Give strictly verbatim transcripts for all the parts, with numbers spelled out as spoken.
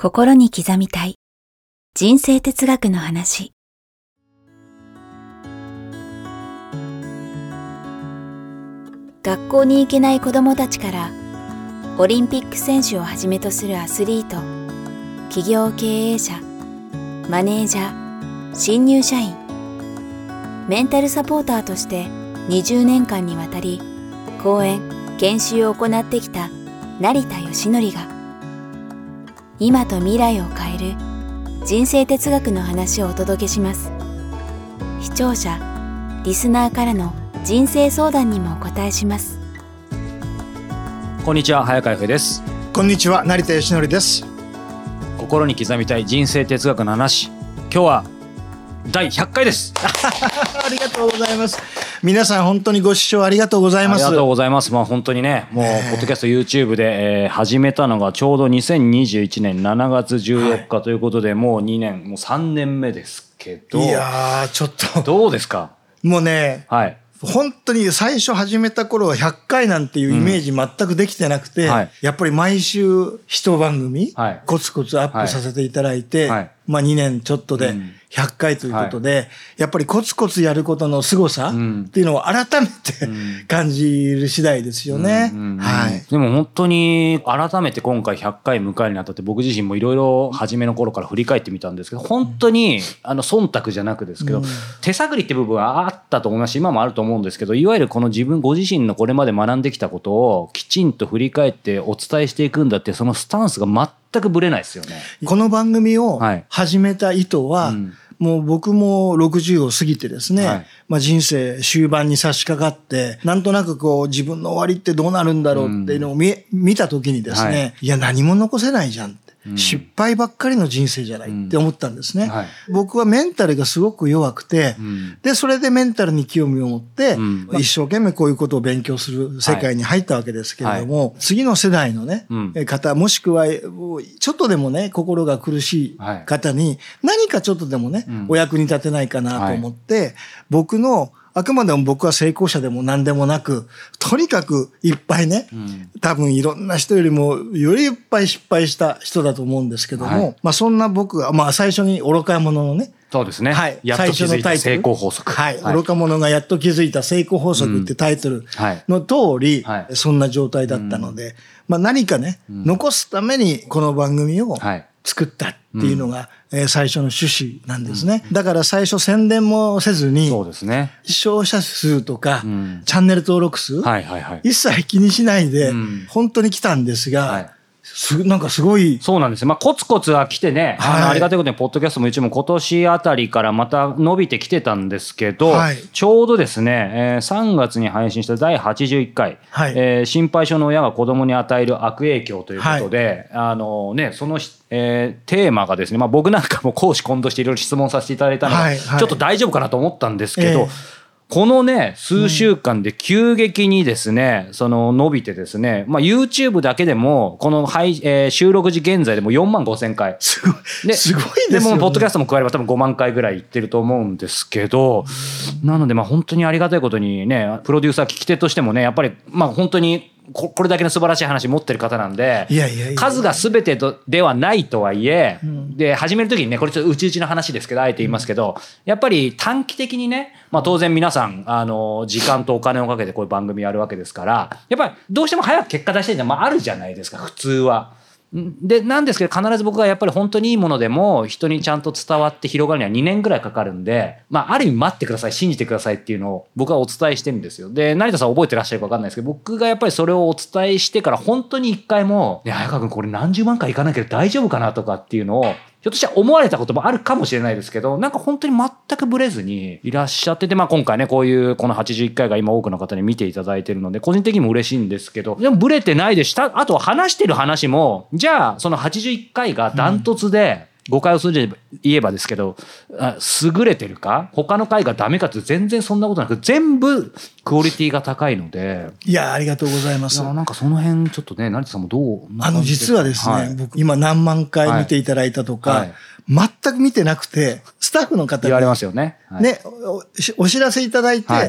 心に刻みたい人生哲学の話。学校に行けない子どもたちからオリンピック選手をはじめとするアスリート、企業経営者、マネージャー、新入社員、メンタルサポーターとしてにじゅうねんかんにわたり講演・研修を行ってきた成田義則が今と未来を変える人生哲学の話をお届けします。視聴者、リスナーからの人生相談にもお答えします。 こんにちは、早川洋平です。 こんにちは、成田義則です。 心に刻みたい人生哲学の話、今日はだいひゃっかいですありがとうございます。皆さん本当にご視聴ありがとうございます。 ありがとうございます。まあ本当にね、もうポッドキャスト YouTube で、えー、始めたのがちょうどにせんにじゅういちねんしちがつじゅうよっかということで、はい、もうにねん、もうさんねんめですけど、 いやーちょっとどうですか？ もうね、 はい、 本当に最初始めた頃はひゃっかいなんていうイメージ全くできてなくて、うん、はい、やっぱり毎週一番組、はい、コツコツアップさせていただいて、はい、まあにねんちょっとでひゃっかいということで、うん、はい、やっぱりコツコツやることの凄さっていうのを改めて、うん、感じる次第ですよね、うんうんうん、はい。 でも本当に改めて今回ひゃっかい迎えにあたって僕自身もいろいろ初めの頃から振り返ってみたんですけど、本当にあの忖度じゃなくですけど、うん、手探りって部分はあったと思いますし、今もあると思うんですけど、いわゆるこの自分ご自身のこれまで学んできたことをきちんと振り返ってお伝えしていくんだって、そのスタンスが全くぶれないですよね。 この番組を始めた意図は、はい、うん、もう僕もろくじゅうを過ぎてですね、はい、まあ人生終盤に差し掛かって、なんとなくこう自分の終わりってどうなるんだろうっていうのを見、うん、見た時にですね、はい、いや何も残せないじゃんって、うん、失敗ばっかりの人生じゃないって思ったんですね、うん、はい、僕はメンタルがすごく弱くて、うん、でそれでメンタルに興味を持って、うん、まあ、一生懸命こういうことを勉強する世界に入ったわけですけれども、はいはい、次の世代のね、うん、方、もしくはちょっとでもね心が苦しい方に何かちょっとでもね、うん、お役に立てないかなと思って、はい、僕のあくまでも僕は成功者でも何でもなく、とにかくいっぱいね、うん、多分いろんな人よりもよりいっぱい失敗した人だと思うんですけども、はい、まあそんな僕が、まあ最初に愚か者のね、 そうですね、 はい、 やっと気づいた成功法則、 はい、はい、愚か者がやっと気づいた成功法則ってタイトルの通り、うん、はい、そんな状態だったので、うん、まあ何かね、うん、残すためにこの番組を作ったっていうのが、はい、えー、最初の趣旨なんですね、うん、だから最初宣伝もせずに、そうですね、視聴者数とか、うん、チャンネル登録数、はいはいはい、一切気にしないで、うん、本当に来たんですが、はい、すなんかすごい。 そうなんですよ。まあ、コツコツは来てね、はい、あのありがたいことにポッドキャストも一応も今年あたりからまた伸びてきてたんですけど、はい、ちょうどですね、えー、さんがつに配信しただいはちじゅういっかい、はい、えー、心配性の親が子供に与える悪影響ということで、はい、あのね、その、えー、テーマがですね、まあ、僕なんかも公私混同していろいろ質問させていただいたのが、はいはい、ちょっと大丈夫かなと思ったんですけど、えーこのね数週間で急激にですね、うん、その伸びてですね、まあ YouTube だけでもこの配、えー、収録時現在でもよんまんごせんかい、 すごいですごいですよね。 でもポッドキャストも加えれば多分ごまんかいぐらいいってると思うんですけど、なのでまあ本当にありがたいことにね、プロデューサー聞き手としてもね、やっぱりまあ本当にこれだけの素晴らしい話持ってる方なんで、いやいやいや、数が全てではないとはいえ、うん、で始める時にね、これちょっとうちうちの話ですけどあえて言いますけど、やっぱり短期的にね、まあ当然皆さんあの時間とお金をかけてこういう番組やるわけですから、やっぱりどうしても早く結果出したいのはまああるじゃないですか、普通は。でなんですけど、必ず僕がやっぱり本当にいいものでも人にちゃんと伝わって広がるにはにねんぐらいかかるんで、まあある意味待ってください、信じてくださいっていうのを僕はお伝えしてるんですよ。で成田さん覚えてらっしゃるか分かんないですけど、僕がやっぱりそれをお伝えしてから本当に一回も「いや早川君これ何十万回いかないけど大丈夫かな」とかっていうのをひょっとしたら思われたこともあるかもしれないですけど、なんか本当に全くブレずにいらっしゃってて、まあ今回ねこういうこのはちじゅういっかいが今多くの方に見ていただいてるので個人的にも嬉しいんですけど、でもブレてないでした。あと話してる話も、じゃあそのはちじゅういっかいがダントツで、うん、誤解をするで言えばですけど、優れてるか他の回がダメかって全然そんなことなく、全部クオリティが高いので。 いやありがとうございます。 なんかその辺ちょっとね、成田さんもどう、 あの実はですね、はい、僕今何万回見ていただいたとか、はいはい、全く見てなくて、スタッフの方に言われますよね、はい、 ね、お、お知らせいただいて、はい、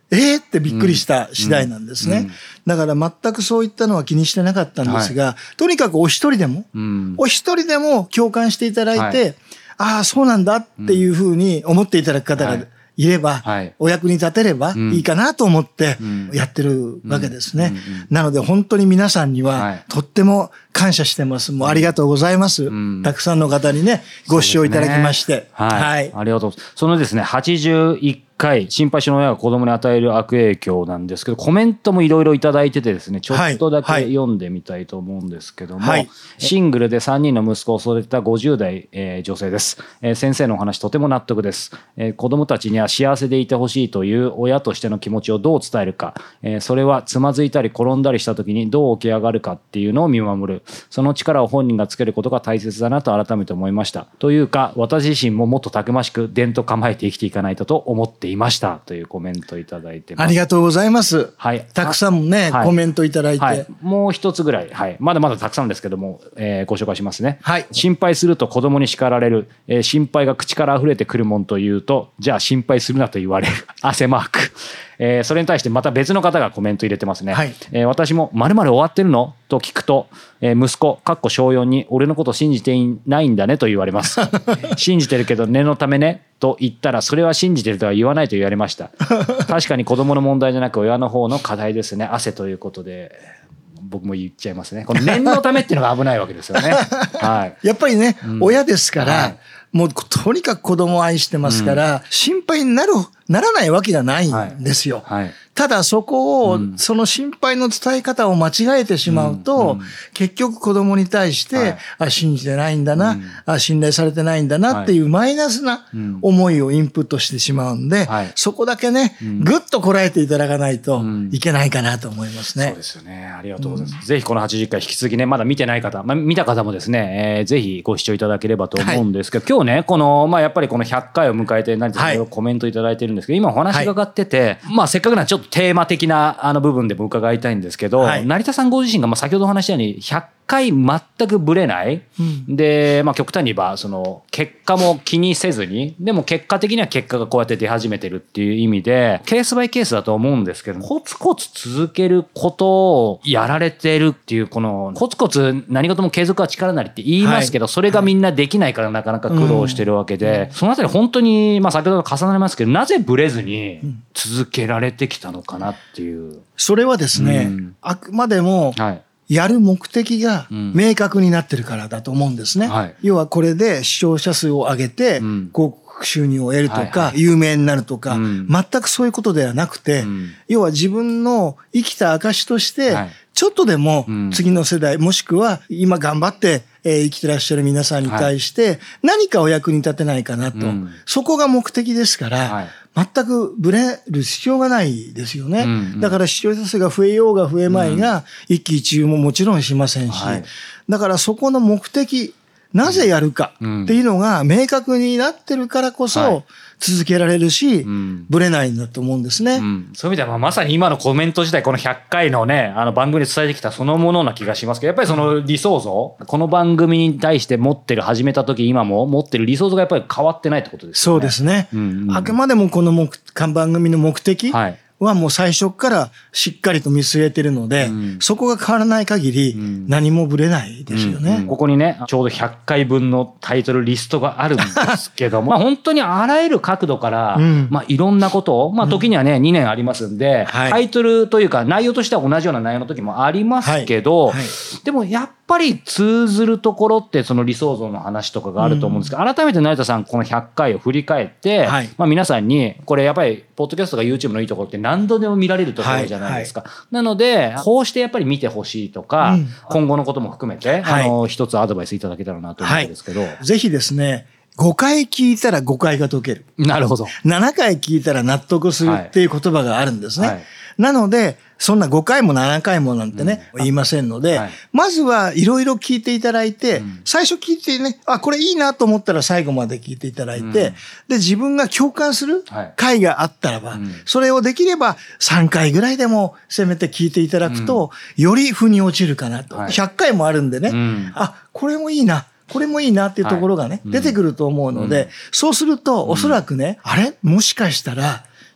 えーってびっくりした次第なんですね。うんうん、だから全くそういったのは気にしてなかったんですが、はい、とにかくお一人でも、うん、お一人でも共感していただいて、はい、ああ、そうなんだっていうふうに思っていただく方が、はい、いれば、はい、お役に立てればいいかなと思ってやってるわけですね。なので本当に皆さんにはとっても感謝してます。もうありがとうございます。うん、たくさんの方にね、ご視聴いただきまして。ね、 はい、はい。ありがとうございます。そのですね、はちじゅういっかい、心配性の親が子供に与える悪影響なんですけど、コメントもいろいろいただいててですね、ちょっとだけ読んでみたいと思うんですけども、はいはい、シングルでさんにんの息子を育てたごじゅうだい、えー、女性です、えー。先生のお話とても納得です。えー、子供たちには幸せでいてほしいという親としての気持ちをどう伝えるか、えー、それはつまずいたり転んだりした時にどう起き上がるかっていうのを見守る。その力を本人がつけることが大切だなと改めて思いました。というか、私自身ももっとたくましく伝と構えて生きていかないとと思っていましたというコメントいただいてます。 ありがとうございます。はい。たくさんね、はい、コメントいただいて、はい。 もう一つぐらい、はい。まだまだたくさんですけども、えー、ご紹介しますね。はい。心配すると子供に叱られる。えー、心配が口から溢れてくるもんというと、じゃあ心配するなと言われる。汗マーク。えー、それに対してまた別の方がコメント入れてますね。はい。えー、私も〇〇終わってるのと聞くと、えー、息子、かっこ小よんに俺のこと信じていないんだねと言われます。信じてるけど念のためねと言ったら、それは信じてるとは言わないと言われました。確かに子供の問題じゃなく親の方の課題ですね。汗ということで。僕も言っちゃいますね。この念のためっていうのが危ないわけですよね。はい。 やっぱりね、うん、親ですから、はい、もうとにかく子供を愛してますから、うん、心配になる、ならないわけがないんですよ。はいはい、ただそこを、うん、その心配の伝え方を間違えてしまうと、うんうん、結局子供に対して、はい、あ、信じてないんだな、うん、あ、信頼されてないんだなっていうマイナスな思いをインプットしてしまうんで、はい、そこだけね、うん、ぐっとこらえていただかないといけないかなと思いますね。 そうですよね。ありがとうございます。うん、ぜひこのはちじゅっかい引き続きね、まだ見てない方、まあ、見た方もですね、えー、ぜひご視聴いただければと思うんですけど、はい、今日ね、この、まあ、やっぱりこのひゃっかいを迎えて何かコメントいただいてるんですけど、今お話が伺ってて、はい、まあ、せっかくならちょっとテーマ的なあの部分でも伺いたいんですけど、はい、成田さんご自身がまあ先ほどお話したようにひゃっかい全くブレない、うん、で、まあ、極端に言えばその結果も気にせずに、でも結果的には結果がこうやって出始めてるっていう意味でケースバイケースだと思うんですけど、コツコツ続けることをやられてるっていう、このコツコツ何事も継続は力なりって言いますけど、はい、それがみんなできないからなかなか苦労してるわけで、うん、そのあたり本当にまあ先ほど重なりますけど、なぜブレずに続けられてきたのかなっていう。 それはですね、うん、あくまでも、はいやる目的が明確になってるからだと思うんですね。うんはい、要はこれで視聴者数を上げて、広告収入を得るとか、はいはい、有名になるとか、うん、全くそういうことではなくて、うん、要は自分の生きた証として、ちょっとでも次の世代、もしくは今頑張って生きてらっしゃる皆さんに対して何かお役に立てないかなと。うん、そこが目的ですから、はい全くブレる必要がないですよね。うんうん、だから視聴者数が増えようが増えまいが、うん、一喜一憂ももちろんしませんし、はい、だからそこの目的、なぜやるかっていうのが明確になってるからこそ続けられるし、うん、ブレないんだと思うんですね。うん、 そういう意味ではまさに今のコメント自体このひゃっかいのね、あの番組で伝えてきたそのものな気がしますけど、やっぱりその理想像、この番組に対して持ってる、始めた時今も持ってる理想像がやっぱり変わってないってことですよね。 そうですね。うんうん、あくまでもこの目番組の目的、はいはもう最初からしっかりと見据えてるので、うん、そこが変わらない限り何もぶれないですよね、 うんうん。ここにね、ちょうどひゃっかいぶんのタイトルリストがあるんですけども、まあ本当にあらゆる角度から、うん、まあいろんなことを、まあ時にはね、にねんありますんで、はい、タイトルというか内容としては同じような内容の時もありますけど、はいはい、でもやっぱり通ずるところってその理想像の話とかがあると思うんですけど、うん、改めて成田さんこのひゃっかいを振り返って、はい、まあ皆さんにこれやっぱりポッドキャストが YouTube のいいところって何度でも見られるところじゃないですか、はいはい、なのでこうしてやっぱり見てほしいとか、うん、今後のことも含めて、はい、あの一つアドバイスいただけたらなと思うんですけど、はい、 ぜひですねごかい聞いたら誤解が解ける。 なるほど。 ななかい聞いたら納得するっていう言葉があるんですね。はいはい、なので、そんなごかいもななかいもなんてね、うん、言いませんので、はい、まずはいろいろ聞いていただいて、うん、最初聞いてね、あ、これいいなと思ったら最後まで聞いていただいて、うん、で、自分が共感する回があったらば、はい、それをできればさんかいぐらいでもせめて聞いていただくと、うん、より腑に落ちるかなと。はい、ひゃっかいもあるんでね、うん、あ、これもいいな。これもいいなっていうところがね、はい、出てくると思うので、うん、そうするとおそらくね、うん、あれもしかしたら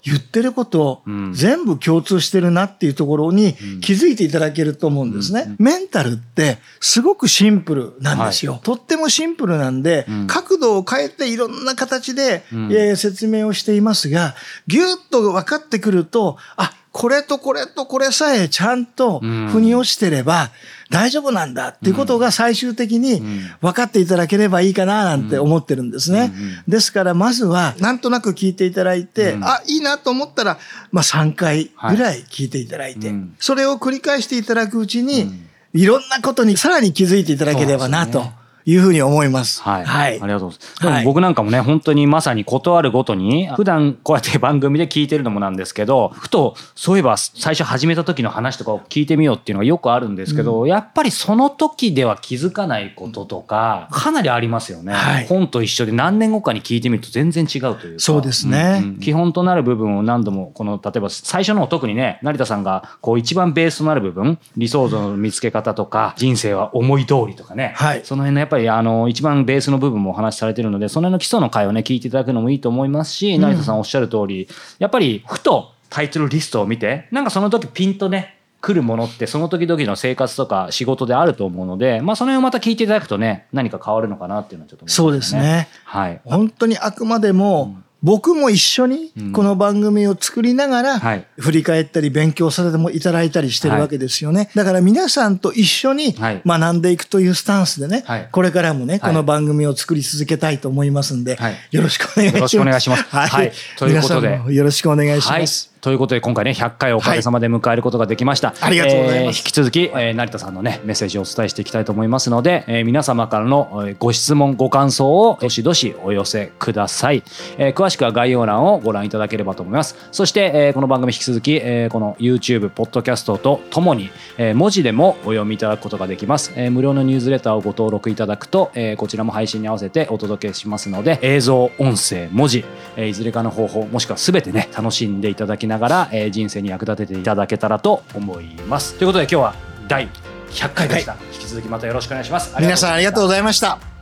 言ってること全部共通してるなっていうところに気づいていただけると思うんですね。メンタルってすごくシンプルなんですよ。はい、とってもシンプルなんで、うん、角度を変えていろんな形で、うんえー、説明をしていますが、ぎゅっと分かってくると、あ、これとこれとこれさえちゃんと腑に落ちてれば大丈夫なんだっていうことが最終的に分かっていただければいいかななんて思ってるんですね。ですからまずはなんとなく聞いていただいて、あ、いいなと思ったらまあさんかいぐらい聞いていただいて、それを繰り返していただくうちにいろんなことにさらに気づいていただければなと。いうふうに思います。 はい。はい。ありがとうございます。でも僕なんかもね、本当にまさにことあるごとに、普段こうやって番組で聞いてるのもなんですけど、ふとそういえば最初始めた時の話とかを聞いてみようっていうのがよくあるんですけど、うん、やっぱりその時では気づかないこととか、かなりありますよね。はい、本と一緒で何年後かに聞いてみると全然違うというか。 そうですね、 うんうん。基本となる部分を何度も、この、例えば最初の特にね、成田さんがこう一番ベースとなる部分、理想像の見つけ方とか、人生は思い通りとかね、はい、その辺のやっぱりあの、一番ベースの部分もお話しされているので、その辺の基礎の回をね聞いていただくのもいいと思いますし、成田さんおっしゃる通り、やっぱりふとタイトルリストを見て、なんかその時ピンとね来るものってその時々の生活とか仕事であると思うので、まあその辺をまた聞いていただくとね、何か変わるのかなっていうのはちょっと思いますね。 そうですね。 はい。 本当にあくまでも、うん僕も一緒にこの番組を作りながら振り返ったり勉強させてもいただいたりしてるわけですよね。だから皆さんと一緒に学んでいくというスタンスでね、これからもね、この番組を作り続けたいと思いますんで、よろしくお願いします。よろしくお願いします。 はい。ということで。 皆さんもよろしくお願いします。 ということで今回ねひゃっかいをおかげさまで迎えることができました、 はい、ありがとうございます、 えー、引き続き、えー、成田さんのねメッセージをお伝えしていきたいと思いますので、えー、皆様からのご質問ご感想をどしどしお寄せください、えー、詳しくは概要欄をご覧いただければと思います。そして、えー、この番組引き続き、えー、この YouTube ポッドキャストとともに、えー、文字でもお読みいただくことができます、えー、無料のニュースレターをご登録いただくと、えー、こちらも配信に合わせてお届けしますので、映像音声文字、えー、いずれかの方法もしくは全てね楽しんでいただきながら、えー、人生に役立てていただけたらと思います。ということで今日はだいひゃっかいでした、はい、引き続きまたよろしくお願いします。 皆さんありがとうございました。